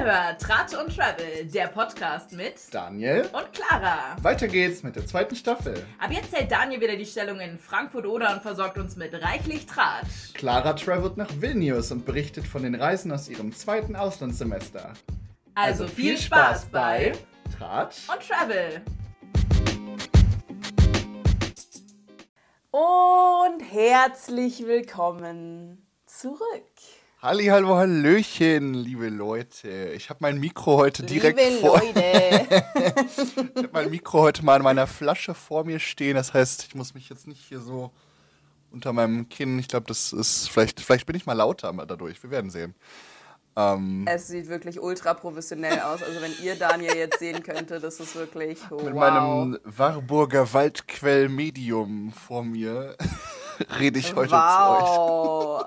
hört Tratsch und Travel, der Podcast mit Daniel und Clara. Weiter geht's mit der zweiten Staffel. Ab jetzt hält Daniel wieder die Stellung in Frankfurt-Oder und versorgt uns mit reichlich Tratsch. Clara travelt nach Vilnius und berichtet von den Reisen aus ihrem zweiten Auslandssemester. Also viel Spaß bei Tratsch und Travel. Und herzlich willkommen zurück. Hallo, hallöchen, liebe Leute. Ich habe mein Mikro heute direkt Ich habe mein Mikro heute mal in meiner Flasche vor mir stehen. Das heißt, ich muss mich jetzt nicht hier so unter meinem Kinn. Ich glaube, das ist vielleicht bin ich mal lauter dadurch. Wir werden sehen. Es sieht wirklich ultra professionell aus. Also wenn ihr Daniel jetzt sehen könntet, das ist wirklich wow. Mit meinem Warburger Waldquell Medium vor mir rede ich heute zu euch.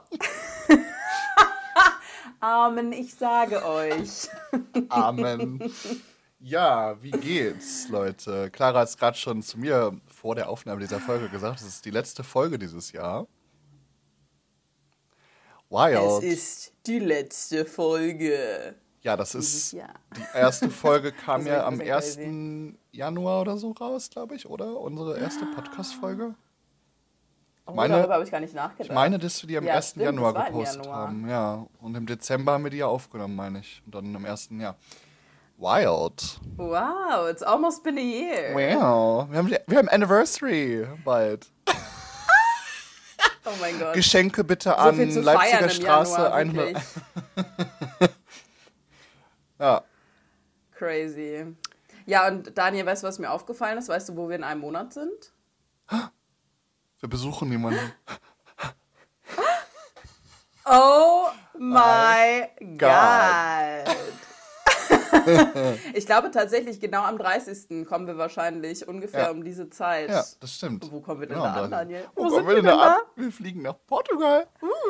Amen, ich sage euch. Amen. Ja, wie geht's, Leute? Clara hat es gerade schon zu mir vor der Aufnahme dieser Folge gesagt, es ist die letzte Folge dieses Jahr. Wild. Es ist die letzte Folge. Ja, das ist die erste Folge kam ja am 1. Januar oder so raus, glaube ich, oder? Unsere erste Podcast-Folge. Darüber habe ich gar nicht nachgedacht. Ich meine, dass wir die am 1. Januar das war gepostet haben. Ja, und im Dezember haben wir die ja aufgenommen, meine ich. Und dann am 1. Jahr. Wild. Wow, it's almost been a year. Wow, wir haben Anniversary bald. Oh mein Gott. Geschenke bitte so an viel zu Leipziger feiern im Straße Januar, 100. Ja. Crazy. Ja, und Daniel, weißt du, was mir aufgefallen ist? Weißt du, wo wir in einem Monat sind? Wir besuchen niemanden. Oh my God. Ich glaube tatsächlich, genau am 30. kommen wir wahrscheinlich ungefähr um diese Zeit. Ja, das stimmt. Wo kommen wir denn da an, Daniel? Wo kommen wir denn da an? Wir fliegen nach Portugal.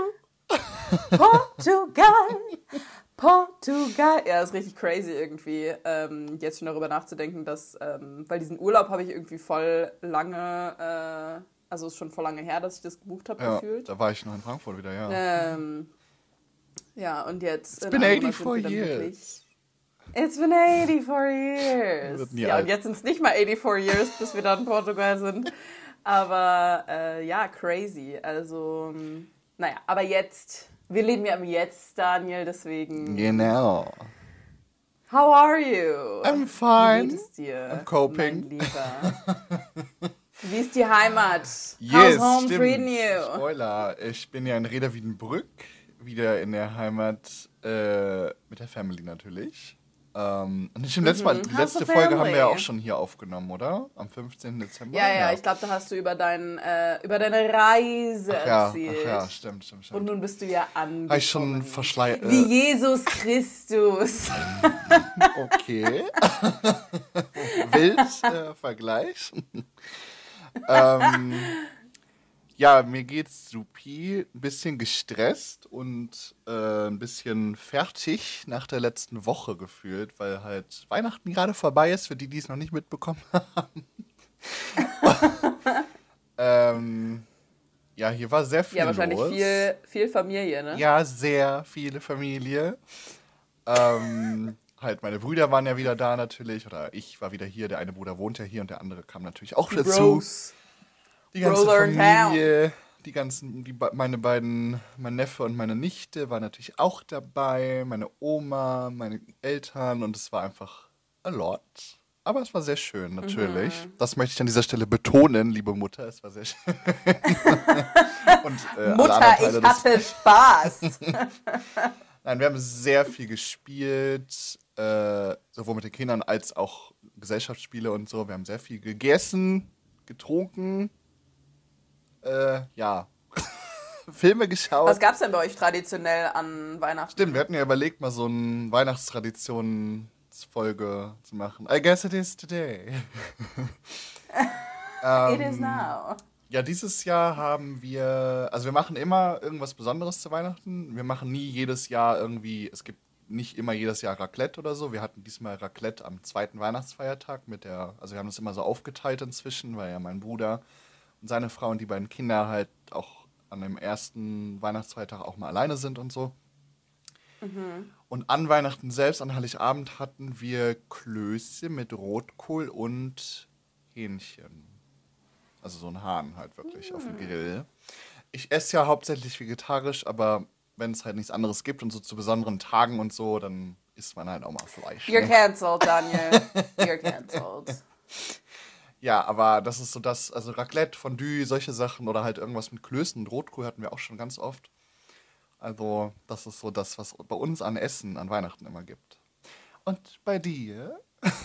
Portugal. Ja, ist richtig crazy irgendwie, jetzt schon darüber nachzudenken, dass, weil diesen Urlaub habe ich irgendwie voll lange, also ist schon voll lange her, dass ich das gebucht habe, gefühlt. Da war ich noch in Frankfurt wieder, ja. Ja, und jetzt... It's been 84 years. It's been 84 years. Ja, alt. und jetzt sind es nicht mal 84 years, bis wir dann in Portugal sind. Aber ja, crazy. Also, naja, aber jetzt, wir leben ja im Jetzt, Daniel, deswegen... Genau. How are you? I'm fine. Wie geht es dir? I'm coping. Mein Lieber. Wie ist die Heimat? Yes, How's home stimmt. treating you? Spoiler, ich bin ja in Reda Wiedenbrück, wieder in der Heimat mit der Family natürlich. Und die letzte Folge haben wir ja auch schon hier aufgenommen, oder? Am 15. Dezember? Ja, ich glaube, da hast du über deine Reise erzählt. Ach ja, stimmt. Und nun bist du ja angekommen. Habe ich schon Wie Jesus Christus. Okay. Vergleich. Ja, mir geht's supi, ein bisschen gestresst und ein bisschen fertig nach der letzten Woche gefühlt, weil halt Weihnachten gerade vorbei ist, für die es noch nicht mitbekommen haben. Ja, hier war sehr viel los. Ja, wahrscheinlich viel Familie, ne? Ja, sehr viele Familie. Halt, meine Brüder waren ja wieder da natürlich, oder ich war wieder hier, der eine Bruder wohnt ja hier und der andere kam natürlich auch dazu. Bros. Die ganze Brother in Familie, mein Neffe und meine Nichte waren natürlich auch dabei, meine Oma, meine Eltern und es war einfach a lot. Aber es war sehr schön, natürlich. Das möchte ich an dieser Stelle betonen, liebe Mutter, es war sehr schön. Und, Mutter, ich hatte Spaß. Nein, wir haben sehr viel gespielt, sowohl mit den Kindern als auch Gesellschaftsspiele und so. Wir haben sehr viel gegessen, getrunken, ja, Filme geschaut. Was gab's denn bei euch traditionell an Weihnachten? Stimmt, wir hatten ja überlegt, mal so eine Weihnachtstraditionen-Folge zu machen. I guess it is today. It is now. Ja, dieses Jahr haben wir, also wir machen immer irgendwas Besonderes zu Weihnachten. Wir machen nie jedes Jahr irgendwie, es gibt nicht immer jedes Jahr Raclette oder so. Wir hatten diesmal Raclette am zweiten Weihnachtsfeiertag also wir haben das immer so aufgeteilt inzwischen, weil ja mein Bruder und seine Frau und die beiden Kinder halt auch an dem ersten Weihnachtsfeiertag auch mal alleine sind und so. Und an Weihnachten selbst, an Heiligabend, hatten wir Klöße mit Rotkohl und Hähnchen. Also so ein Hahn halt wirklich auf dem Grill. Ich esse ja hauptsächlich vegetarisch, aber wenn es halt nichts anderes gibt und so zu besonderen Tagen und so, dann isst man halt auch mal Fleisch. You're Ne? cancelled, Daniel. You're cancelled. Ja, aber das ist so das, also Raclette, Fondue, solche Sachen oder halt irgendwas mit Klößen und Rotkohl hatten wir auch schon ganz oft. Also das ist so das, was bei uns an Essen an Weihnachten immer gibt. Und bei dir?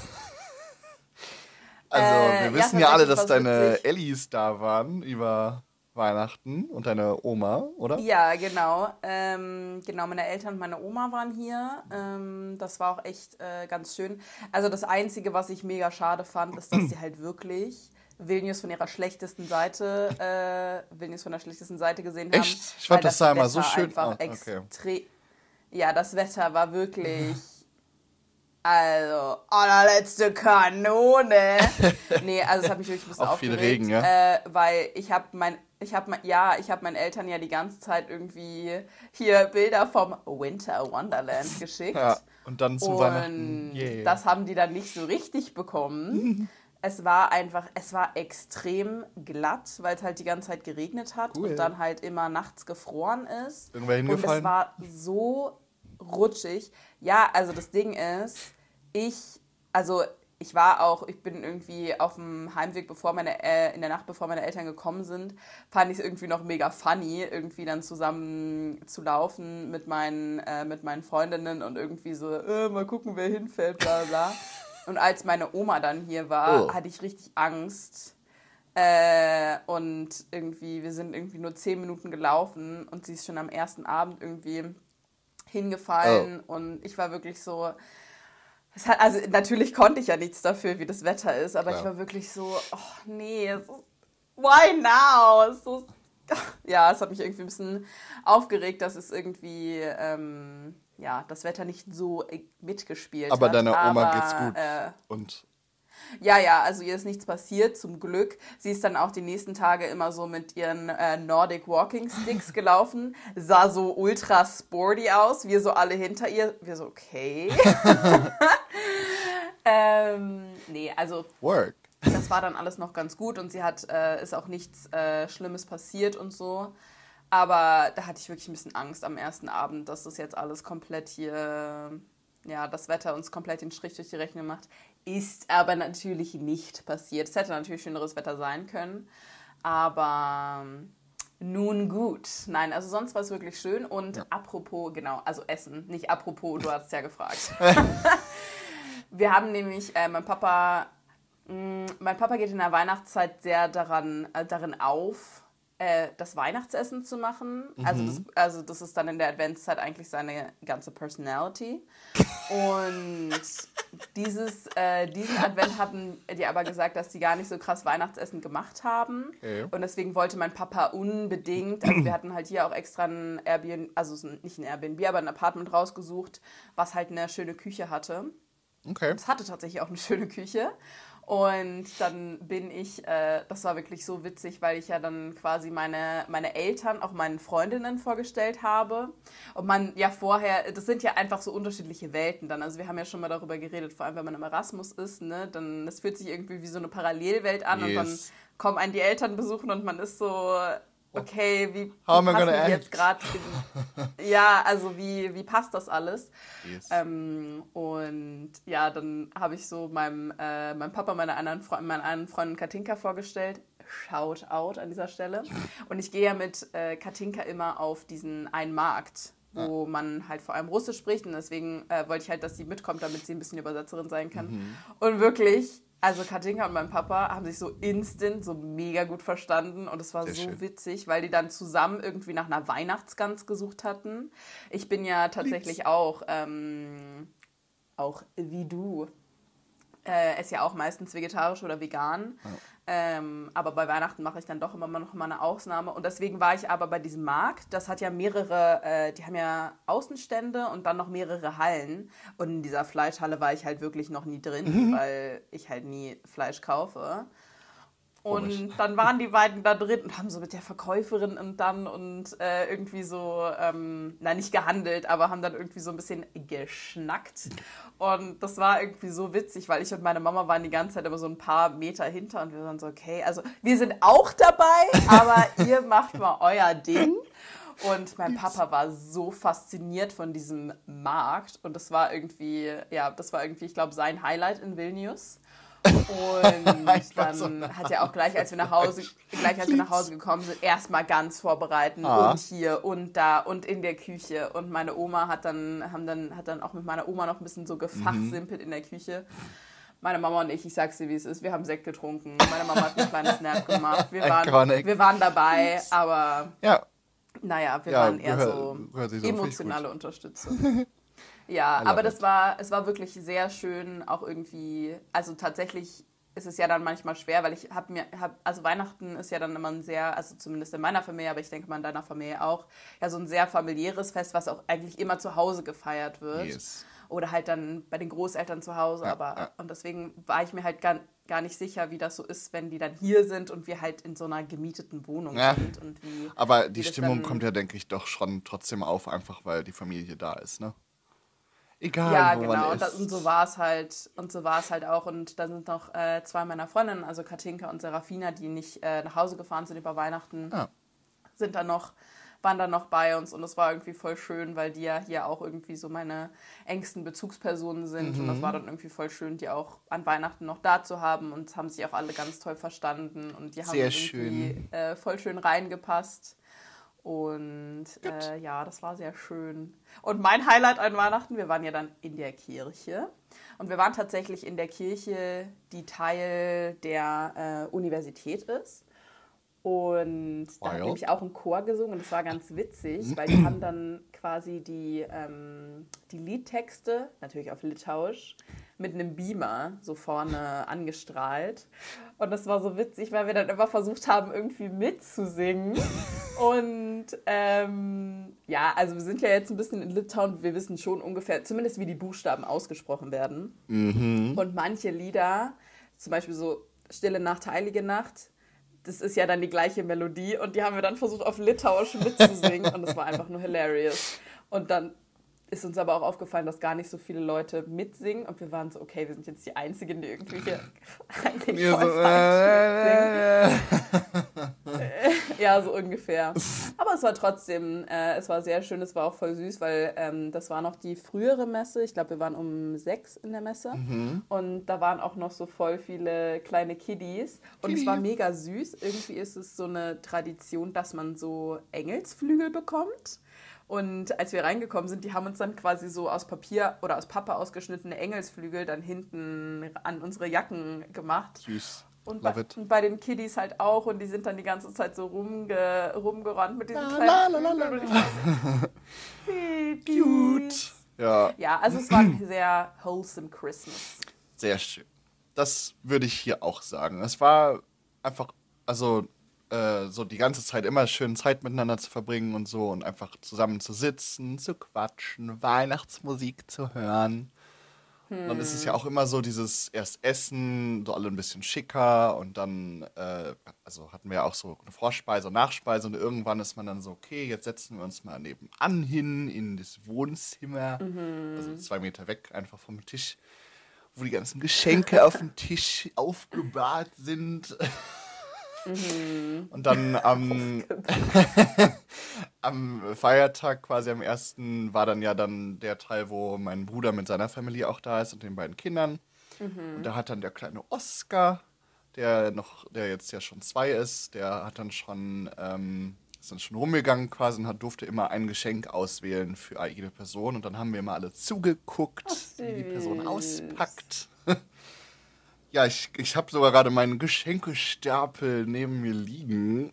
Also wir wissen ja alle, dass tatsächlich war's deine witzig. Ellis da waren über Weihnachten und deine Oma, oder? Ja, genau. Genau, meine Eltern und meine Oma waren hier. Das war auch echt ganz schön. Also das Einzige, was ich mega schade fand, ist, dass sie halt wirklich Vilnius von der schlechtesten Seite gesehen haben. Echt? Ich fand, weil das sah immer so Wetter schön einfach aus. Okay. Ja, das Wetter war wirklich... Also, allerletzte Kanone. Nee, also es hat mich wirklich ein bisschen Auch viel aufgeregt. Regen, ja? Weil ich habe meinen Eltern ja die ganze Zeit irgendwie hier Bilder vom Winter Wonderland geschickt. Ja, und dann zu Weihnachten. Und Yeah. das haben die dann nicht so richtig bekommen. Es war extrem glatt, weil es halt die ganze Zeit geregnet hat Cool. und dann halt immer nachts gefroren ist. Irgendwer Und hingefallen? es war so rutschig. Ja, also das Ding ist, ich bin irgendwie auf dem Heimweg, in der Nacht, bevor meine Eltern gekommen sind, fand ich es irgendwie noch mega funny, irgendwie dann zusammen zu laufen mit meinen Freundinnen und irgendwie so, mal gucken, wer hinfällt, bla bla. Und als meine Oma dann hier war, hatte ich richtig Angst. Und irgendwie, wir sind irgendwie nur 10 Minuten gelaufen und sie ist schon am ersten Abend irgendwie hingefallen und ich war wirklich so, also natürlich konnte ich ja nichts dafür, wie das Wetter ist, aber ich war wirklich so, oh nee, why now? Ja, es hat mich irgendwie ein bisschen aufgeregt, dass es irgendwie, das Wetter nicht so mitgespielt Aber hat. deiner Oma geht's gut. Und Ja, also ihr ist nichts passiert, zum Glück. Sie ist dann auch die nächsten Tage immer so mit ihren Nordic Walking Sticks gelaufen. Sah so ultra sporty aus, wir so alle hinter ihr. Wir so, okay. Nee, also work. das war dann alles noch ganz gut und ist auch nichts Schlimmes passiert und so. Aber da hatte ich wirklich ein bisschen Angst am ersten Abend, dass das jetzt alles komplett hier, das Wetter uns komplett den Strich durch die Rechnung macht. Ist aber natürlich nicht passiert. Es hätte natürlich schöneres Wetter sein können. Aber nun gut. Nein, also sonst war es wirklich schön. Und apropos, genau, also Essen. Nicht apropos, du hast ja gefragt. Wir haben nämlich, mein Papa geht in der Weihnachtszeit sehr darin auf, das Weihnachtsessen zu machen. Also das ist dann in der Adventszeit eigentlich seine ganze Personality. Und diesen Advent hatten die aber gesagt, dass die gar nicht so krass Weihnachtsessen gemacht haben. Okay. Und deswegen wollte mein Papa unbedingt, also wir hatten halt hier auch extra ein Airbnb, also nicht ein Airbnb, aber ein Apartment rausgesucht, was halt eine schöne Küche hatte. Okay. Es hatte tatsächlich auch eine schöne Küche. Und dann das war wirklich so witzig, weil ich ja dann quasi meine Eltern auch meinen Freundinnen vorgestellt habe. Und man ja vorher, das sind ja einfach so unterschiedliche Welten dann. Also wir haben ja schon mal darüber geredet, vor allem wenn man im Erasmus ist, ne, dann, das fühlt sich irgendwie wie so eine Parallelwelt an und dann kommen einen die Eltern besuchen und man ist so, okay, wie How am I passen gonna die jetzt gerade? Ja, also wie passt das alles? Yes. Und ja, dann habe ich so meinem Papa meiner einen Freundin Katinka vorgestellt. Shout out an dieser Stelle. Und ich gehe ja mit Katinka immer auf diesen einen Markt, wo man halt vor allem Russisch spricht. Und deswegen wollte ich halt, dass sie mitkommt, damit sie ein bisschen Übersetzerin sein kann. Und wirklich, also Katinka und mein Papa haben sich so instant, so mega gut verstanden und es war Sehr so schön. witzig, weil die dann zusammen irgendwie nach einer Weihnachtsgans gesucht hatten. Ich bin ja tatsächlich auch wie du, esse ja auch meistens vegetarisch oder vegan. Aber bei Weihnachten mache ich dann doch immer noch mal eine Ausnahme. Und deswegen war ich aber bei diesem Markt. Das hat ja mehrere, die haben ja Außenstände und dann noch mehrere Hallen. Und in dieser Fleischhalle war ich halt wirklich noch nie drin, weil ich halt nie Fleisch kaufe. Komisch. Und dann waren die beiden da drin und haben so mit der Verkäuferin und irgendwie so, nicht gehandelt, aber haben dann irgendwie so ein bisschen geschnackt. Und das war irgendwie so witzig, weil ich und meine Mama waren die ganze Zeit immer so ein paar Meter hinter und wir waren so, okay, also wir sind auch dabei, aber ihr macht mal euer Ding. Und mein Papa war so fasziniert von diesem Markt und das war irgendwie, ich glaube, sein Highlight in Vilnius. Und dann hat er auch gleich, als wir nach Hause gekommen sind, erstmal ganz vorbereiten und hier und da und in der Küche. Und meine Oma hat dann auch mit meiner Oma noch ein bisschen so gefachsimpelt in der Küche. Meine Mama und ich sag's dir, wie es ist, wir haben Sekt getrunken. Meine Mama hat ein kleines Nap gemacht. Wir waren dabei, aber naja, wir waren eher so emotionale Unterstützung. Ja, aber es war wirklich sehr schön, auch irgendwie, also tatsächlich ist es ja dann manchmal schwer, weil also Weihnachten ist ja dann immer ein sehr, also zumindest in meiner Familie, aber ich denke mal in deiner Familie auch, ja so ein sehr familiäres Fest, was auch eigentlich immer zu Hause gefeiert wird. Yes. Oder halt dann bei den Großeltern zu Hause, und deswegen war ich mir halt gar nicht sicher, wie das so ist, wenn die dann hier sind und wir halt in so einer gemieteten Wohnung sind. Und aber die Stimmung kommt ja, denke ich, doch schon trotzdem auf, einfach weil die Familie da ist, ne? Egal, wo man ist. Und so war es halt auch. Und da sind noch zwei meiner Freundinnen, also Katinka und Serafina, die nicht nach Hause gefahren sind über Weihnachten, waren dann noch bei uns. Und das war irgendwie voll schön, weil die ja hier auch irgendwie so meine engsten Bezugspersonen sind. Und das war dann irgendwie voll schön, die auch an Weihnachten noch da zu haben. Und haben sich auch alle ganz toll verstanden. Und die haben irgendwie voll schön reingepasst. Und das war sehr schön. Und mein Highlight an Weihnachten, wir waren ja dann in der Kirche. Und wir waren tatsächlich in der Kirche, die Teil der Universität ist. Und da hat nämlich auch ein Chor gesungen und das war ganz witzig, weil die haben dann quasi die Liedtexte, natürlich auf Litauisch, mit einem Beamer so vorne angestrahlt. Und das war so witzig, weil wir dann immer versucht haben, irgendwie mitzusingen. Und also wir sind ja jetzt ein bisschen in Litauen, wir wissen schon ungefähr, zumindest wie die Buchstaben ausgesprochen werden. Und manche Lieder, zum Beispiel so Stille Nacht, Heilige Nacht, das ist ja dann die gleiche Melodie und die haben wir dann versucht auf Litauisch mitzusingen und das war einfach nur hilarious. Und dann ist uns aber auch aufgefallen, dass gar nicht so viele Leute mitsingen und wir waren so, okay, wir sind jetzt die Einzigen, die irgendwie hier eigentlich voll falsch singen. Ja, so ungefähr. Aber es war trotzdem, es war sehr schön, es war auch voll süß, weil das war noch die frühere Messe. Ich glaube, wir waren um 6 in der Messe und da waren auch noch so voll viele kleine Kiddies und es war mega süß. Irgendwie ist es so eine Tradition, dass man so Engelsflügel bekommt. Und als wir reingekommen sind, die haben uns dann quasi so aus Papier oder aus Pappe ausgeschnittene Engelsflügel dann hinten an unsere Jacken gemacht. Süß. Und bei den Kiddies halt auch. Und die sind dann die ganze Zeit so rumgerannt mit diesen kleinen Flügeln. Cute. Ja, also es war ein sehr wholesome Christmas. Sehr schön. Das würde ich hier auch sagen. Es war einfach, also so die ganze Zeit immer schön Zeit miteinander zu verbringen und so und einfach zusammen zu sitzen, zu quatschen, Weihnachtsmusik zu hören. Dann ist es ja auch immer so dieses erst Essen, so alle ein bisschen schicker und dann, also hatten wir ja auch so eine Vorspeise und Nachspeise und irgendwann ist man dann so, okay, jetzt setzen wir uns mal nebenan hin in das Wohnzimmer, also 2 Meter weg einfach vom Tisch, wo die ganzen Geschenke auf dem Tisch aufgebahrt sind. Und dann am Feiertag, quasi am 1. war dann ja dann der Teil, wo mein Bruder mit seiner Familie auch da ist und den beiden Kindern. Und da hat dann der kleine Oscar, der jetzt ja schon 2 ist, der hat dann schon, ist dann schon rumgegangen quasi und durfte immer ein Geschenk auswählen für jede Person. Und dann haben wir immer alle zugeguckt, wie die Person auspackt. Ja, ich habe sogar gerade meinen Geschenkestapel neben mir liegen.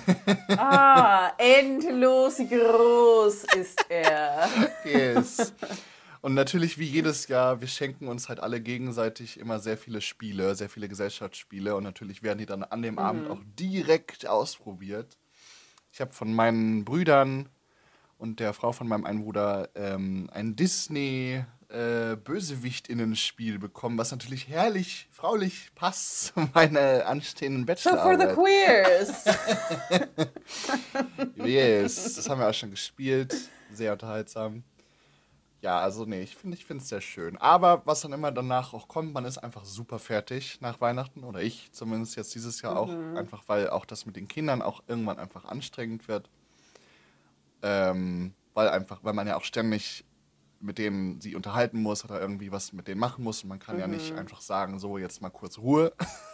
Endlos groß ist er. Yes. Und natürlich wie jedes Jahr, wir schenken uns halt alle gegenseitig immer sehr viele Spiele, sehr viele Gesellschaftsspiele. Und natürlich werden die dann an dem Abend auch direkt ausprobiert. Ich habe von meinen Brüdern und der Frau von meinem einen Bruder ein Disney BösewichtInnen-Spiel bekommen, was natürlich herrlich, fraulich passt zu meiner anstehenden So for the Bachelorarbeit. queers. Yes, das haben wir auch schon gespielt. Sehr unterhaltsam. Ja, also nee, ich finde es sehr schön. Aber was dann immer danach auch kommt, man ist einfach super fertig nach Weihnachten. Oder ich zumindest jetzt dieses Jahr auch. Einfach weil auch das mit den Kindern auch irgendwann einfach anstrengend wird. Weil man ja auch ständig mit denen sie unterhalten muss oder irgendwie was mit denen machen muss. Und man kann ja nicht einfach sagen, so jetzt mal kurz Ruhe.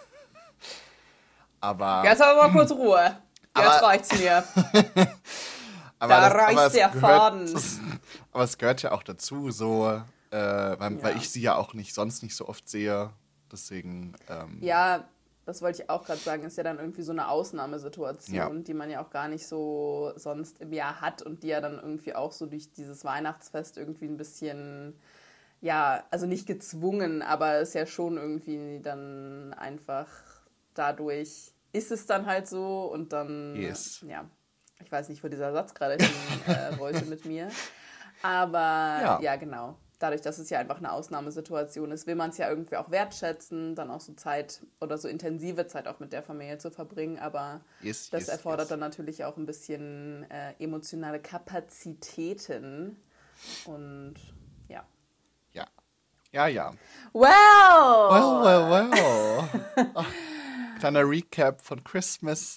Aber, Jetzt aber mal kurz Ruhe. Jetzt Aber- reicht's mir. aber Da das- reicht aber es der gehört- Faden. Aber es gehört ja auch dazu, so, weil ich sie ja auch sonst nicht so oft sehe. Deswegen, Ja, das wollte ich auch gerade sagen, ist ja dann irgendwie so eine Ausnahmesituation, Ja. die man ja auch gar nicht so sonst im Jahr hat und die ja dann irgendwie auch so durch dieses Weihnachtsfest irgendwie ein bisschen, ja, also nicht gezwungen, aber ist ja schon irgendwie dann einfach dadurch ist es dann halt so und dann, Yes. ja, ich weiß nicht, wo dieser Satz gerade hin wollte mit mir, aber ja, genau. Dadurch, dass es ja einfach eine Ausnahmesituation ist, will man es ja irgendwie auch wertschätzen, dann auch so Zeit oder so intensive Zeit auch mit der Familie zu verbringen. Aber das erfordert dann natürlich auch ein bisschen emotionale Kapazitäten. Und ja. Ja. Well! Well. Ach, kleiner Recap von Christmas.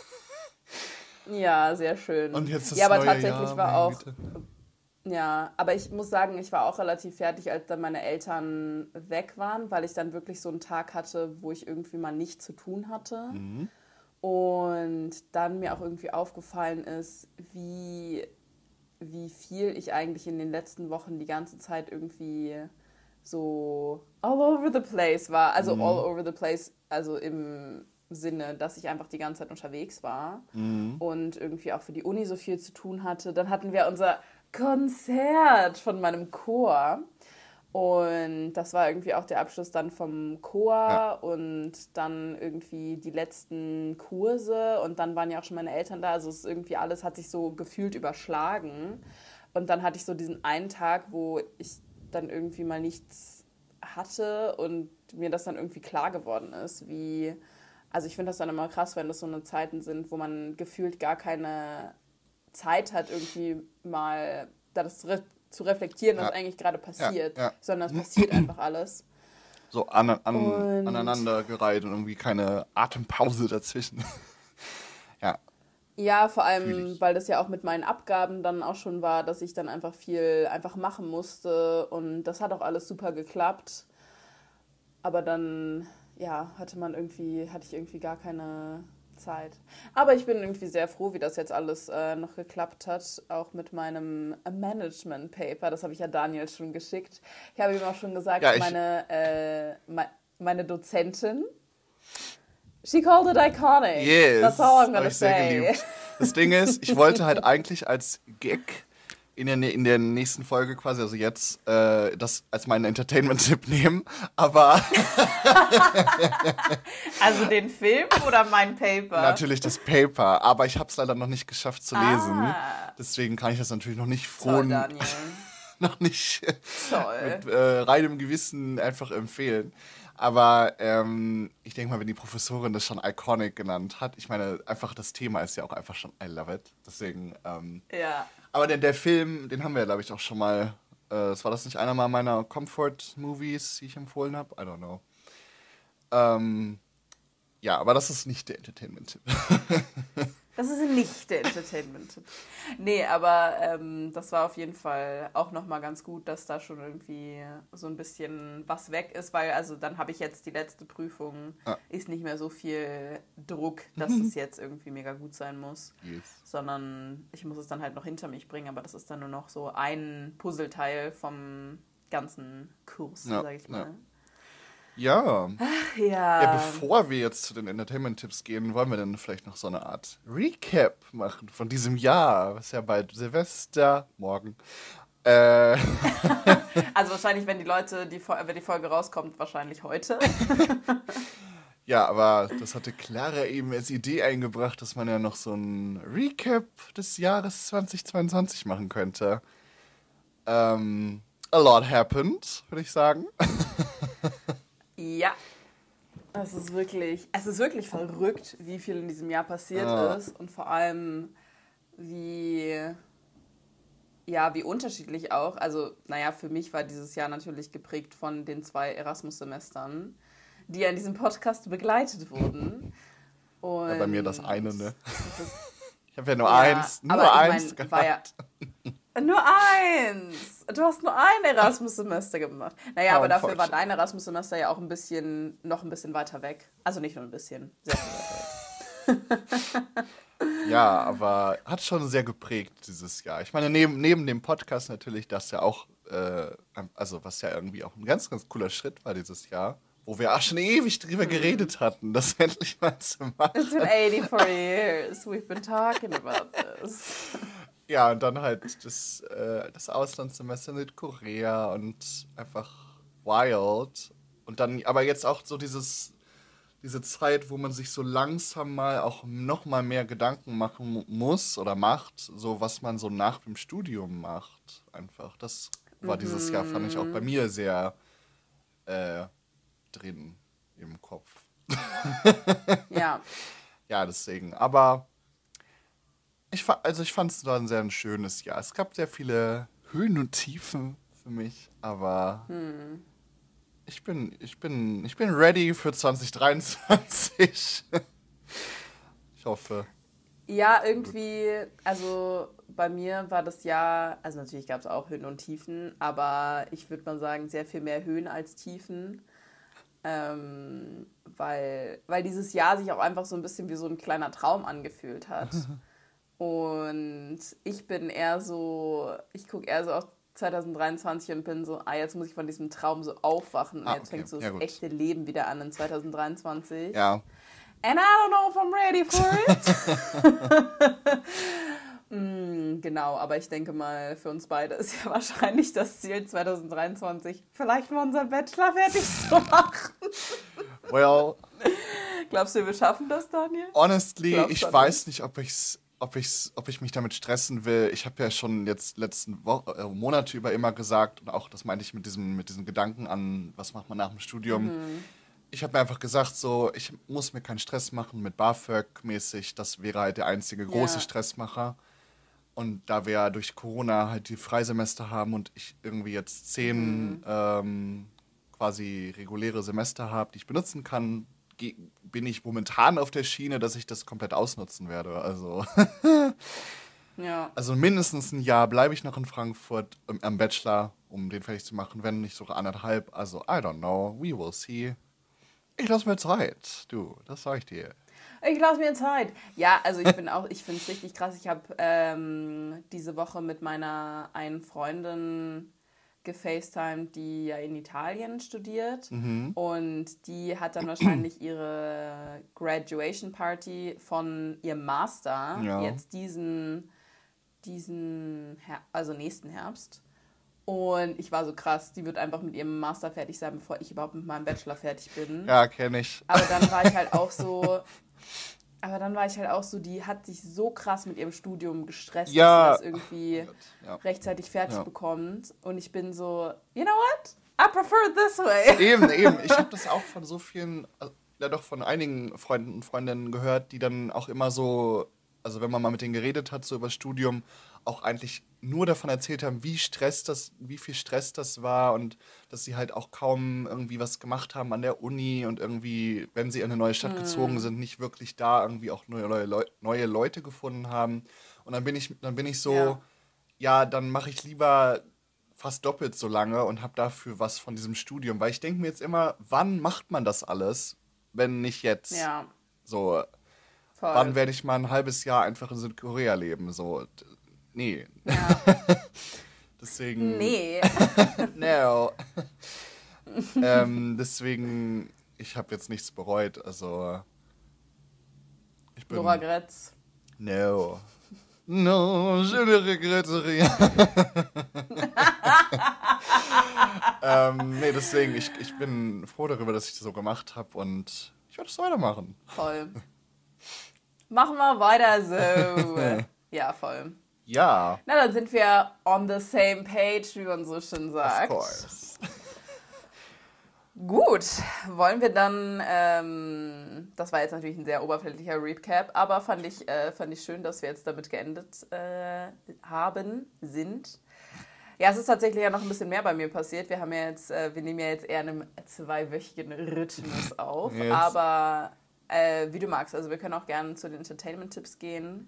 Ja, sehr schön. Und jetzt das ja, aber neue tatsächlich Jahr, war meine auch. Güte. Ja, aber ich muss sagen, ich war auch relativ fertig, als dann meine Eltern weg waren, weil ich dann wirklich so einen Tag hatte, wo ich irgendwie mal nichts zu tun hatte. Und dann mir auch irgendwie aufgefallen ist, wie viel ich eigentlich in den letzten Wochen die ganze Zeit irgendwie so all over the place war. Also all over the place, also im Sinne, dass ich einfach die ganze Zeit unterwegs war und irgendwie auch für die Uni so viel zu tun hatte. Dann hatten wir unser Konzert von meinem Chor. Und das war irgendwie auch der Abschluss dann vom Chor und dann irgendwie die letzten Kurse und dann waren ja auch schon meine Eltern da. Also es ist irgendwie alles hat sich so gefühlt überschlagen. Und dann hatte ich so diesen einen Tag, wo ich dann irgendwie mal nichts hatte und mir das dann irgendwie klar geworden ist, also ich finde das dann immer krass, wenn das so eine Zeiten sind, wo man gefühlt gar keine Zeit hat, irgendwie mal das zu reflektieren, was eigentlich gerade passiert, Ja. sondern es passiert einfach alles. So aneinandergereiht und irgendwie keine Atempause dazwischen. Ja. Ja, vor Fühl allem, ich. weil das ja auch mit meinen Abgaben dann auch schon war, dass ich dann einfach viel machen musste und das hat auch alles super geklappt. Aber dann, ja, hatte ich irgendwie gar keine Zeit. Aber ich bin irgendwie sehr froh, wie das jetzt alles noch geklappt hat, auch mit meinem Management Paper. Das habe ich ja Daniel schon geschickt. Ich habe ihm auch schon gesagt, meine Dozentin, she called it iconic. Yes. That's all I'm Hab gonna ich sehr say. geliebt. Das Ding ist, ich wollte halt eigentlich als Gag in der nächsten Folge quasi, also jetzt, das als meinen Entertainment-Tipp nehmen, aber Also den Film oder mein Paper? natürlich das Paper, aber ich habe es leider noch nicht geschafft zu lesen. Ah. Deswegen kann ich das natürlich noch nicht Toll, Daniel. noch nicht Toll. mit reinem Gewissen einfach empfehlen. Aber ich denke mal, wenn die Professorin das schon iconic genannt hat, ich meine, einfach das Thema ist ja auch einfach schon I love it. Deswegen, Ja. aber der Film, den haben wir, glaube ich, auch schon mal, war das nicht einer mal meiner Comfort-Movies, die ich empfohlen habe? I don't know. Ja, aber das ist nicht der Entertainment-Tipp. Das ist nicht der Entertainment-Tipp. Nee, aber das war auf jeden Fall auch nochmal ganz gut, dass da schon irgendwie so ein bisschen was weg ist, weil also dann habe ich jetzt die letzte Prüfung, ist nicht mehr so viel Druck, dass es jetzt irgendwie mega gut sein muss, Yes. sondern ich muss es dann halt noch hinter mich bringen, aber das ist dann nur noch so ein Puzzleteil vom ganzen Kurs, sag ich mal. Ja. Ja. Ja, bevor wir jetzt zu den Entertainment-Tipps gehen, wollen wir dann vielleicht noch so eine Art Recap machen von diesem Jahr. Was ja bald Silvester, morgen. Also wahrscheinlich, wenn die Folge rauskommt, wahrscheinlich heute. Ja, aber das hatte Clara eben als Idee eingebracht, dass man ja noch so ein Recap des Jahres 2022 machen könnte. a lot happened, würde ich sagen. Ja. Es ist wirklich verrückt, wie viel in diesem Jahr passiert ist und vor allem wie unterschiedlich auch. Also, naja, für mich war dieses Jahr natürlich geprägt von den 2 Erasmus-Semestern, die an diesem Podcast begleitet wurden. Und Ja, bei mir das eine, ne? Ich habe ja nur eins gehabt. Nur eins! Du hast nur ein Erasmus-Semester gemacht. Naja, aber dafür war dein Erasmus-Semester ja auch noch ein bisschen weiter weg. Also nicht nur ein bisschen, sehr viel weiter weg. Ja, aber hat schon sehr geprägt dieses Jahr. Ich meine, neben dem Podcast natürlich, das ja auch, also was ja irgendwie auch ein ganz, ganz cooler Schritt war dieses Jahr, wo wir auch schon ewig drüber geredet hatten, das endlich mal zu machen. It's been 84 years we've been talking about this. Ja, und dann halt das Auslandssemester in Südkorea und einfach wild. Und dann, aber jetzt auch so diese Zeit, wo man sich so langsam mal auch noch mal mehr Gedanken machen muss oder macht, so was man so nach dem Studium macht. Einfach. Das war dieses Jahr, fand ich auch bei mir sehr drin im Kopf. Ja. Ja, deswegen. Aber ich fand es ein sehr schönes Jahr. Es gab sehr viele Höhen und Tiefen für mich, aber ich bin ready für 2023. Ich hoffe. Ja, irgendwie, also bei mir war das Jahr, also natürlich gab es auch Höhen und Tiefen, aber ich würde mal sagen, sehr viel mehr Höhen als Tiefen. Weil dieses Jahr sich auch einfach so ein bisschen wie so ein kleiner Traum angefühlt hat. Und ich gucke eher so auf 2023 und bin so, jetzt muss ich von diesem Traum so aufwachen. Und jetzt fängt so das echte Leben wieder an in 2023. Ja. And I don't know if I'm ready for it. Genau, aber ich denke mal, für uns beide ist ja wahrscheinlich das Ziel 2023, vielleicht mal unseren Bachelor fertig zu machen. Well. Glaubst du, wir schaffen das, Daniel? Honestly, ich weiß nicht, ob ich mich damit stressen will. Ich habe ja schon jetzt letzten Monate über immer gesagt, und auch das meinte ich mit diesem Gedanken an, was macht man nach dem Studium. Ich habe mir einfach gesagt, so, ich muss mir keinen Stress machen mit BAföG-mäßig. Das wäre halt der einzige große Stressmacher. Und da wir ja durch Corona halt die Freisemester haben und ich irgendwie jetzt 10 quasi reguläre Semester habe, die ich benutzen kann, bin ich momentan auf der Schiene, dass ich das komplett ausnutzen werde. Also, also mindestens ein Jahr bleibe ich noch in Frankfurt am Bachelor, um den fertig zu machen, wenn nicht sogar 1,5. Also, I don't know, we will see. Ich lasse mir Zeit, du, das sag ich dir. Ich lasse mir Zeit. Ja, also ich finde es richtig krass. Ich habe diese Woche mit meiner einen Freundin gefacetimed, die ja in Italien studiert. Und die hat dann wahrscheinlich ihre Graduation Party von ihrem Master jetzt also nächsten Herbst. Und ich war so krass, die wird einfach mit ihrem Master fertig sein, bevor ich überhaupt mit meinem Bachelor fertig bin. Ja, kenne ich. Aber dann war ich halt auch so, die hat sich so krass mit ihrem Studium gestresst, dass sie das irgendwie rechtzeitig fertig bekommt. Und ich bin so, you know what? I prefer it this way. Eben. Ich habe das auch von so vielen, von einigen Freunden und Freundinnen gehört, die dann auch immer so, also wenn man mal mit denen geredet hat, so über das Studium, auch eigentlich nur davon erzählt haben, wie viel Stress das war und dass sie halt auch kaum irgendwie was gemacht haben an der Uni und irgendwie, wenn sie in eine neue Stadt gezogen sind, nicht wirklich da irgendwie auch neue Leute gefunden haben. Und dann bin ich so, dann mache ich lieber fast doppelt so lange und habe dafür was von diesem Studium. Weil ich denke mir jetzt immer, wann macht man das alles, wenn nicht jetzt? Ja. So, voll. Wann werde ich mal ein halbes Jahr einfach in Südkorea leben? So, nee. Ja. Deswegen. Nee. No. Deswegen, ich habe jetzt nichts bereut. Also, ich bin. No regrets. No. No, je ne regrette rien. Nee, deswegen, ich bin froh darüber, dass ich das so gemacht habe und ich werde es weitermachen. Voll. Machen wir weiter so. Ja, voll. Ja. Na, dann sind wir on the same page, wie man so schön sagt. Of course. Gut, wollen wir dann, das war jetzt natürlich ein sehr oberflächlicher Recap, aber fand ich schön, dass wir jetzt damit geendet sind. Ja, es ist tatsächlich ja noch ein bisschen mehr bei mir passiert. Wir nehmen ja jetzt eher in einem 2-wöchigen Rhythmus auf, Yes. aber wie du magst, also wir können auch gerne zu den Entertainment-Tipps gehen.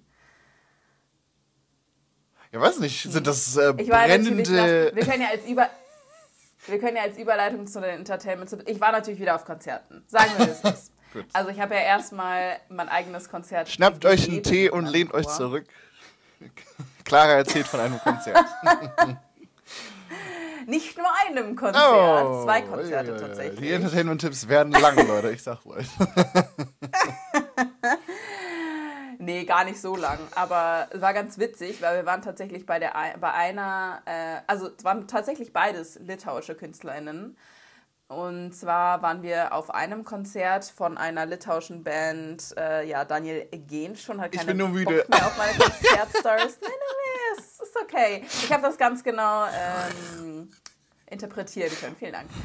Ja, weiß nicht, sind das Ich war brennende... natürlich wir können ja als Überleitung zu den Entertainment-Tipps. Ich war natürlich wieder auf Konzerten. Sagen wir das. Gut. Also ich habe ja erstmal mein eigenes Konzert. Schnappt euch einen gegeben Tee und in lehnt euch Angkor. zurück. Clara erzählt von einem Konzert. Nicht nur einem Konzert, Oh, 2 Konzerte ja. tatsächlich. Die Entertainment-Tipps werden lang, Leute, ich sag's euch. Nee, gar nicht so lang, aber es war ganz witzig, weil wir waren tatsächlich es waren tatsächlich beides litauische KünstlerInnen. Und zwar waren wir auf einem Konzert von einer litauischen Band, Daniel Gensch schon hat Ich keine bin nur müde. Bock mehr auf meine Konzertstars. Nee, es ist okay. Ich habe das ganz genau interpretieren können. Vielen Dank.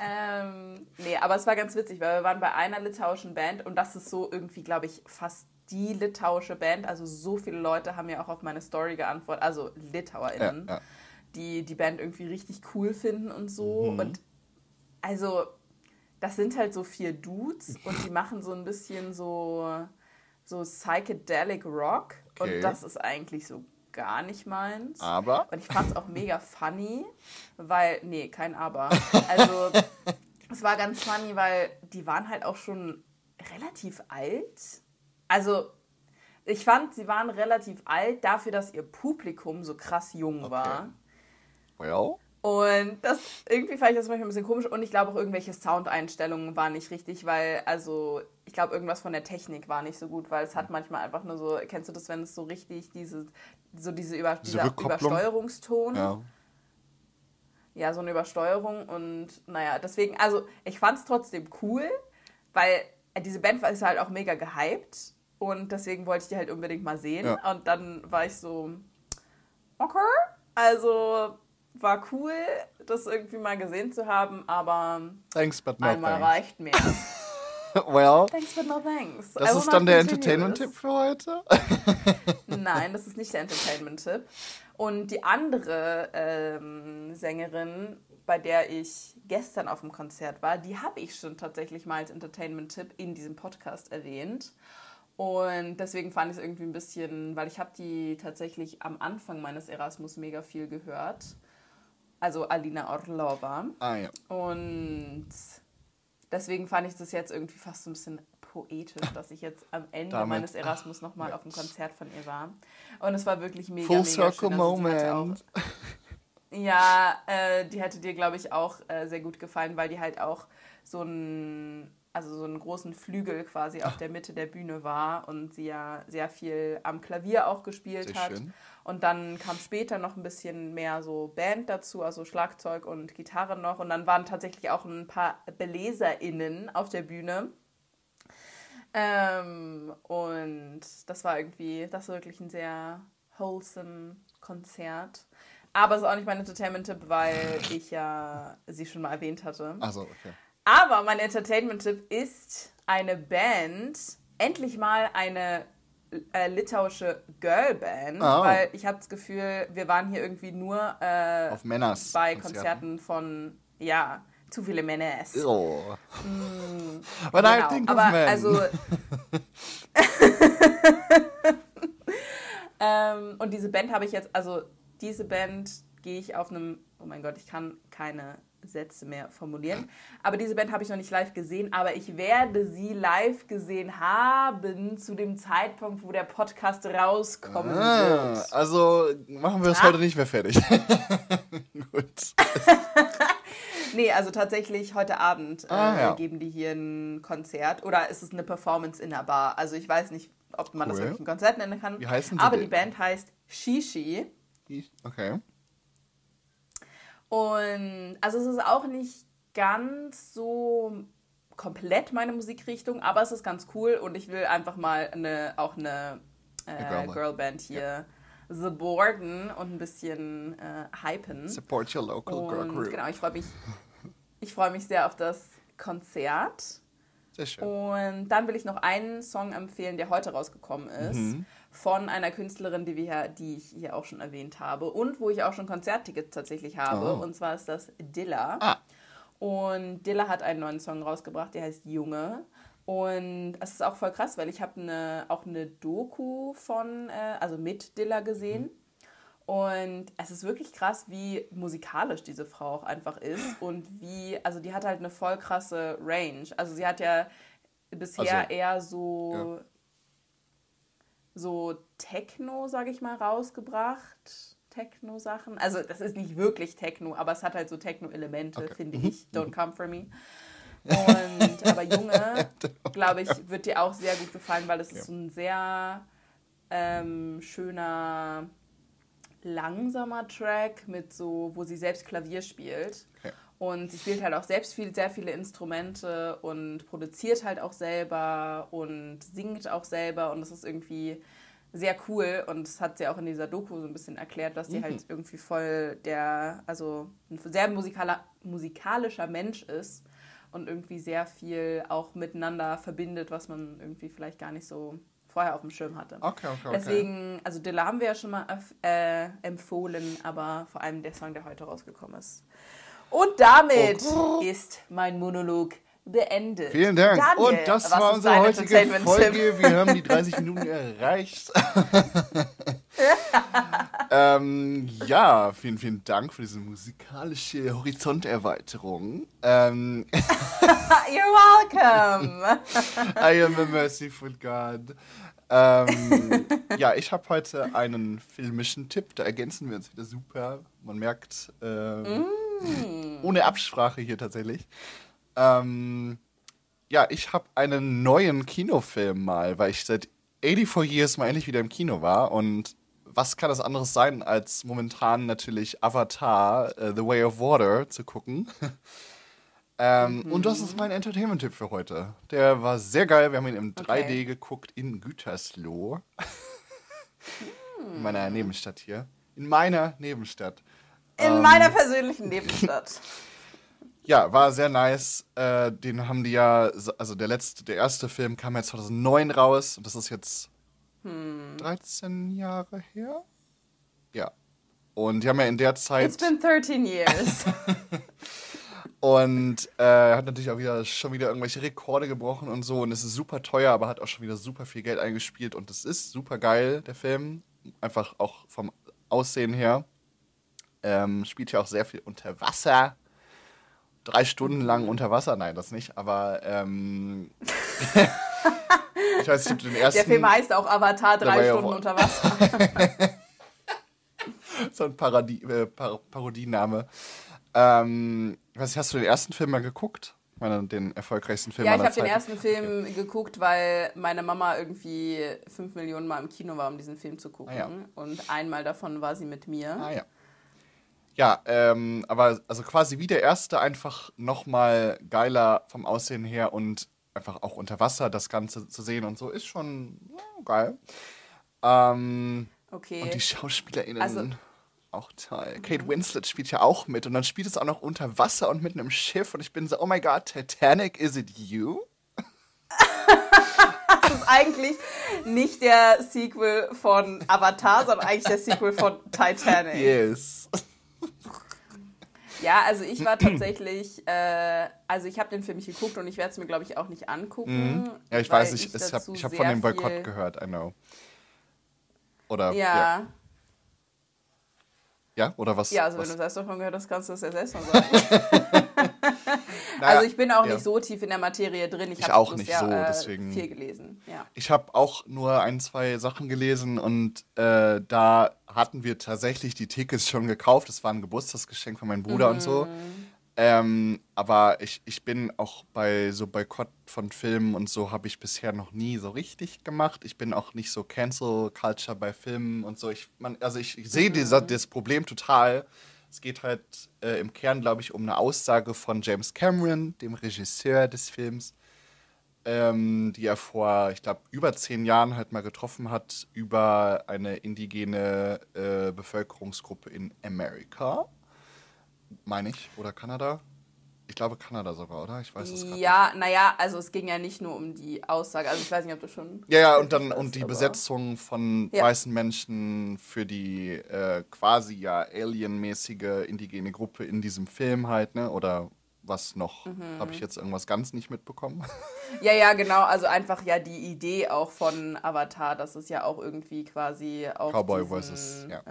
Aber es war ganz witzig, weil wir waren bei einer litauischen Band und das ist so irgendwie, glaube ich, fast die litauische Band. Also so viele Leute haben ja auch auf meine Story geantwortet, also LitauerInnen, Ja. die Band irgendwie richtig cool finden und so. Und also, das sind halt so 4 Dudes und die machen so ein bisschen so Psychedelic Rock. Okay. Und das ist eigentlich so gar nicht meins. Aber? Und ich fand es auch mega funny, weil, nee, kein Aber. Also, es war ganz funny, weil die waren halt auch schon relativ alt. Also, ich fand, sie waren relativ alt dafür, dass ihr Publikum so krass jung war. Well? Und das, irgendwie fand ich das manchmal ein bisschen komisch und ich glaube auch irgendwelche Soundeinstellungen waren nicht richtig, weil, also, ich glaube irgendwas von der Technik war nicht so gut, weil es hat manchmal einfach nur so, kennst du das, wenn es so richtig dieser Rückkopplung? Übersteuerungston? Ja, so eine Übersteuerung und naja, deswegen, also ich fand es trotzdem cool, weil diese Band ist halt auch mega gehypt und deswegen wollte ich die halt unbedingt mal sehen und dann war ich so, okay, also war cool, das irgendwie mal gesehen zu haben, aber Thanks, but no einmal thanks. reicht mehr. Well, Thanks, but no thanks. das ist dann der Entertainment-Tipp für heute? Nein, das ist nicht der Entertainment-Tipp. Und die andere Sängerin, bei der ich gestern auf dem Konzert war, die habe ich schon tatsächlich mal als Entertainment-Tipp in diesem Podcast erwähnt. Und deswegen fand ich es irgendwie ein bisschen, weil ich habe die tatsächlich am Anfang meines Erasmus mega viel gehört. Also Alina Orlova. Ah ja. Und deswegen fand ich das jetzt irgendwie fast so ein bisschen poetisch, dass ich jetzt am Ende meines Erasmus nochmal auf einem Konzert von ihr war. Und es war wirklich mega, Full mega circle schön. Also moment. Die hätte dir, glaube ich, auch sehr gut gefallen, weil die halt auch so einen großen Flügel quasi auf der Mitte der Bühne war und sie ja sehr viel am Klavier auch gespielt Sehr hat. schön. Und dann kam später noch ein bisschen mehr so Band dazu, also Schlagzeug und Gitarre noch. Und dann waren tatsächlich auch ein paar BeläserInnen auf der Bühne. Und das war wirklich ein sehr wholesome Konzert. Aber es ist auch nicht mein Entertainment-Tipp, weil ich ja sie schon mal erwähnt hatte. Also, okay. Aber mein Entertainment-Tipp ist eine Band, endlich mal eine litauische Girlband, weil ich habe das Gefühl, wir waren hier irgendwie nur Auf Männers bei Konzerten von, zu viele Männers. Oh. When I think of men. Also, und diese Band habe ich jetzt, also diese Band gehe ich auf einem, oh mein Gott, ich kann keine Sätze mehr formulieren. Aber diese Band habe ich noch nicht live gesehen, aber ich werde sie live gesehen haben zu dem Zeitpunkt, wo der Podcast rauskommen wird. Also machen wir es heute nicht mehr fertig. Gut. Nee, also tatsächlich heute Abend geben die hier ein Konzert oder ist es eine Performance in der Bar. Also ich weiß nicht, ob man das wirklich ein Konzert nennen kann. Wie heißen aber die die Band heißt Shishi. Okay. Und also es ist auch nicht ganz so komplett meine Musikrichtung, aber es ist ganz cool und ich will einfach mal eine Girlband hier supporten und ein bisschen hypen. Support your local girl group. Genau, ich freu mich sehr auf das Konzert. Sehr schön. Und dann will ich noch einen Song empfehlen, der heute rausgekommen ist, von einer Künstlerin, die ich hier auch schon erwähnt habe und wo ich auch schon Konzerttickets tatsächlich habe. Und zwar ist das Dilla. Und Dilla hat einen neuen Song rausgebracht, der heißt Junge. Und es ist auch voll krass, weil ich habe auch eine Doku also mit Dilla gesehen. Und es ist wirklich krass, wie musikalisch diese Frau auch einfach ist und also die hat halt eine voll krasse Range. Also sie hat ja bisher eher so Techno, sag ich mal, rausgebracht. Techno-Sachen. Also das ist nicht wirklich Techno, aber es hat halt so Techno-Elemente, finde ich. Don't come for me. Aber Junge, glaube ich, wird dir auch sehr gut gefallen, weil es ist so ein sehr schöner, langsamer Track mit wo sie selbst Klavier spielt. Okay. Und sie spielt halt auch selbst sehr viele Instrumente und produziert halt auch selber und singt auch selber. Und das ist irgendwie sehr cool. Und das hat sie auch in dieser Doku so ein bisschen erklärt, dass sie halt irgendwie voll ein sehr musikalischer Mensch ist und irgendwie sehr viel auch miteinander verbindet, was man irgendwie vielleicht gar nicht so vorher auf dem Schirm hatte. Okay. Deswegen, also Dilla haben wir ja schon mal empfohlen, aber vor allem der Song, der heute rausgekommen ist. Und damit ist mein Monolog beendet. Vielen Dank. Daniel, und das war unsere heutige Folge. Wir haben die 30 Minuten erreicht. Vielen Dank für diese musikalische Horizonterweiterung. You're welcome. I am a merciful God. Ich habe heute einen filmischen Tipp. Da ergänzen wir uns wieder super. Man merkt, ohne Absprache hier tatsächlich. Ich habe einen neuen Kinofilm mal, weil ich seit 84 Years mal endlich wieder im Kino war. Und was kann das anderes sein, als momentan natürlich Avatar, The Way of Water zu gucken. Und das ist mein Entertainment-Tipp für heute. Der war sehr geil. Wir haben ihn im 3D geguckt in Gütersloh. In meiner Nebenstadt hier. In meiner Nebenstadt. In meiner persönlichen Nebenstadt. Ja, war sehr nice. Den haben die ja, also der erste Film kam ja 2009 raus und das ist jetzt 13 Jahre her. Ja. Und die haben ja in der Zeit... It's been 13 years. Und hat natürlich auch schon wieder irgendwelche Rekorde gebrochen und so. Und es ist super teuer, aber hat auch schon wieder super viel Geld eingespielt. Und es ist super geil, der Film. Einfach auch vom Aussehen her. Spielt ja auch sehr viel unter Wasser. 3 Stunden lang unter Wasser, nein, das nicht, aber ich weiß nicht, ob du den ersten... Der Film heißt auch Avatar, 3 Stunden unter Wasser. So ein Parodiename. Hast du den ersten Film mal geguckt? Ich meine, den erfolgreichsten Film aller Zeiten. Ja, ich habe den ersten Film geguckt, weil meine Mama irgendwie 5 Millionen Mal im Kino war, um diesen Film zu gucken. Und einmal davon war sie mit mir. Ja, aber also quasi wie der erste, einfach nochmal geiler vom Aussehen her und einfach auch unter Wasser das Ganze zu sehen und so, ist schon geil. Und die SchauspielerInnen auch toll. Kate Winslet spielt ja auch mit und dann spielt es auch noch unter Wasser und mitten im Schiff und ich bin so, oh my God, Titanic, is it you? Das ist eigentlich nicht der Sequel von Avatar, sondern eigentlich der Sequel von Titanic. Yes. Ja, also ich war tatsächlich, ich habe den Film nicht geguckt und ich werde es mir, glaube ich, auch nicht angucken. Ja, ich weiß, ich habe von dem Boykott gehört, I know. Oder, ja, oder was? Ja, also wenn du das davon gehört hast, kannst du das ja selbst mal sagen. Also ich bin auch nicht so tief in der Materie drin. Ich habe auch nicht so, deswegen viel gelesen. Ja. Ich habe auch nur 1, 2 Sachen gelesen und da hatten wir tatsächlich die Tickets schon gekauft. Das war ein Geburtstagsgeschenk von meinem Bruder und so. Aber ich bin auch bei so Boykott von Filmen und so habe ich bisher noch nie so richtig gemacht. Ich bin auch nicht so Cancel Culture bei Filmen und so. Ich sehe das Problem total. Es geht halt im Kern, glaube ich, um eine Aussage von James Cameron, dem Regisseur des Films, die er vor, ich glaube, über 10 Jahren halt mal getroffen hat über eine indigene Bevölkerungsgruppe in Amerika, meine ich, oder Kanada. Ich glaube Kanada sogar, oder? Ich weiß es gerade nicht. Ja, naja, also es ging ja nicht nur um die Aussage, also ich weiß nicht, ob du schon... Ja, und dann weißt, und die aber- Besetzung von Ja. weißen Menschen für die quasi ja alienmäßige indigene Gruppe in diesem Film halt, ne? Oder was noch? Habe ich jetzt irgendwas ganz nicht mitbekommen? Ja, genau, also einfach ja die Idee auch von Avatar, dass es ja auch irgendwie quasi auf Cowboy diesen, versus, ja.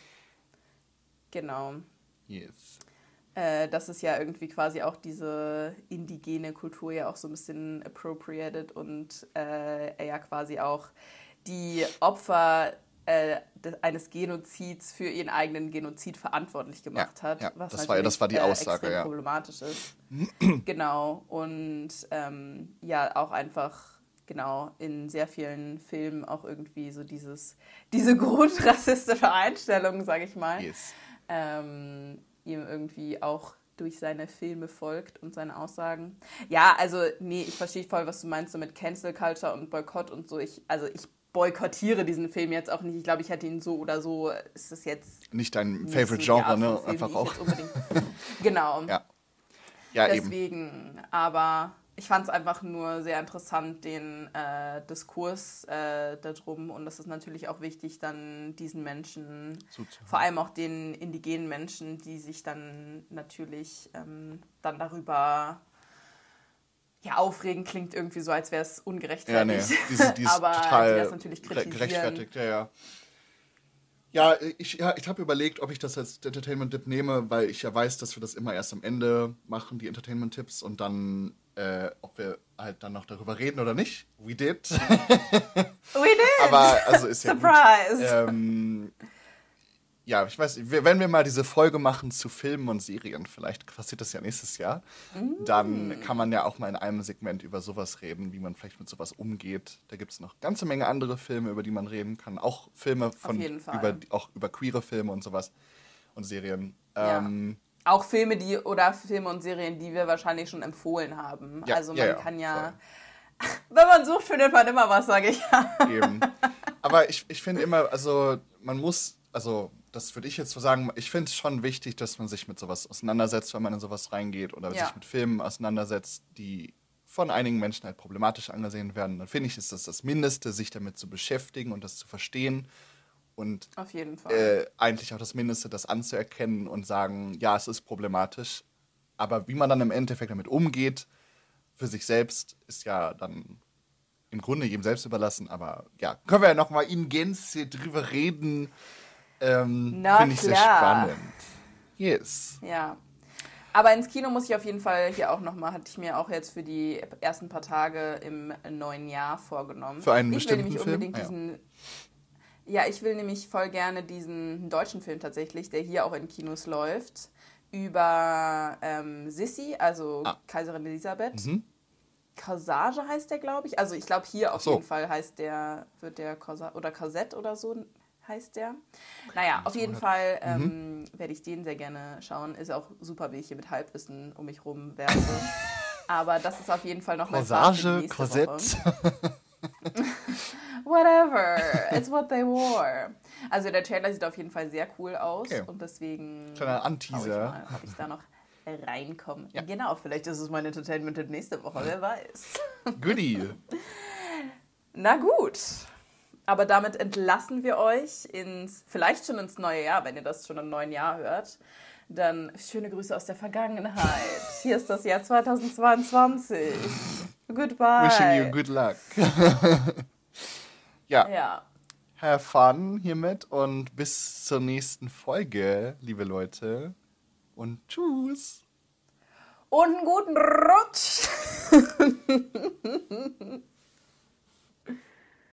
Genau. Yes. Dass es ja irgendwie quasi auch diese indigene Kultur ja auch so ein bisschen appropriated und er ja quasi auch die Opfer eines Genozids für ihren eigenen Genozid verantwortlich gemacht hat. ja, Was das natürlich war die Aussage, extrem ja. problematisch ist. Genau. Und ja, auch einfach genau in sehr vielen Filmen auch irgendwie so diese grundrassistische Einstellung, sage ich mal. Yes. Ihm irgendwie auch durch seine Filme folgt und seine Aussagen. Ja, also, nee, ich verstehe voll, was du meinst, so mit Cancel Culture und Boykott und so. Ich boykottiere diesen Film jetzt auch nicht. Ich glaube, ich hätte ihn so oder so, ist das jetzt... Nicht dein nicht Favorite so die Art Genre, von ne? Film, Einfach die ich auch. jetzt unbedingt- Genau. Ja, eben. Deswegen, aber ich fand es einfach nur sehr interessant, den Diskurs darum. Und das ist natürlich auch wichtig, dann diesen Menschen, Zuzuhören. vor allem auch den indigenen Menschen, die sich dann natürlich dann darüber aufregen, klingt irgendwie so, als wäre es ungerechtfertigt. Ja, nee, die ist aber total die das natürlich kritisieren. gerechtfertigt, ja. Ja, ich habe überlegt, ob ich das als Entertainment-Tipp nehme, weil ich ja weiß, dass wir das immer erst am Ende machen, die Entertainment-Tipps, und dann, ob wir halt dann noch darüber reden oder nicht. We did. We did! Aber, also ist ja gut. Surprise! Ja, ich weiß, wenn wir mal diese Folge machen zu Filmen und Serien, vielleicht passiert das ja nächstes Jahr, dann kann man ja auch mal in einem Segment über sowas reden, wie man vielleicht mit sowas umgeht. Da gibt es noch ganze Menge andere Filme, über die man reden kann. Auch Filme Auf jeden Fall. auch über queere Filme und sowas und Serien. Ja. Auch Filme und Serien, die wir wahrscheinlich schon empfohlen haben. Ja, also man ja, kann ja, voll. wenn man sucht, findet man immer was, sage ich. Eben. Aber ich finde immer, also man muss, also das würde ich jetzt so sagen, ich finde es schon wichtig, dass man sich mit sowas auseinandersetzt, wenn man in sowas reingeht oder Ja. sich mit Filmen auseinandersetzt, die von einigen Menschen halt problematisch angesehen werden. Dann finde ich, ist das Mindeste, sich damit zu beschäftigen und das zu verstehen und Auf jeden Fall. eigentlich auch das Mindeste, das anzuerkennen und sagen, ja, es ist problematisch, aber wie man dann im Endeffekt damit umgeht, für sich selbst, ist ja dann im Grunde jedem selbst überlassen, aber ja, können wir ja nochmal in Gänze drüber reden. Na Finde ich sehr klar. spannend. Yes. Ja. Aber ins Kino muss ich auf jeden Fall hier auch nochmal, hatte ich mir auch jetzt für die ersten paar Tage im neuen Jahr vorgenommen. Für einen Ich will bestimmten nämlich Film? unbedingt diesen... Ja, ich will nämlich voll gerne diesen deutschen Film tatsächlich, der hier auch in Kinos läuft, über Sissi, also Kaiserin Elisabeth. Mhm. Corsage heißt der, glaube ich. Also ich glaube, hier auf so. jeden Fall wird der oder Korsett oder so heißt der. Naja, auf jeden Fall werde ich den sehr gerne schauen. Ist auch super, wie ich hier mit Halbwissen um mich rum werfe. Aber das ist auf jeden Fall noch mein Spaß für die Corsage, nächste Korsett. Woche. Whatever, it's what they wore. Also der Trailer sieht auf jeden Fall sehr cool aus Okay. und deswegen Kleiner Anteaser. ob ich da noch reinkomme. Ja. Genau, vielleicht ist es mein Entertainment-Tipp nächste Woche, wer weiß. Goodie. Na gut. Aber damit entlassen wir euch vielleicht schon ins neue Jahr, wenn ihr das schon im neuen Jahr hört. Dann schöne Grüße aus der Vergangenheit. Hier ist das Jahr 2022. Goodbye. Wishing you good luck. Ja. Have fun hiermit und bis zur nächsten Folge, liebe Leute. Und tschüss. Und einen guten Rutsch.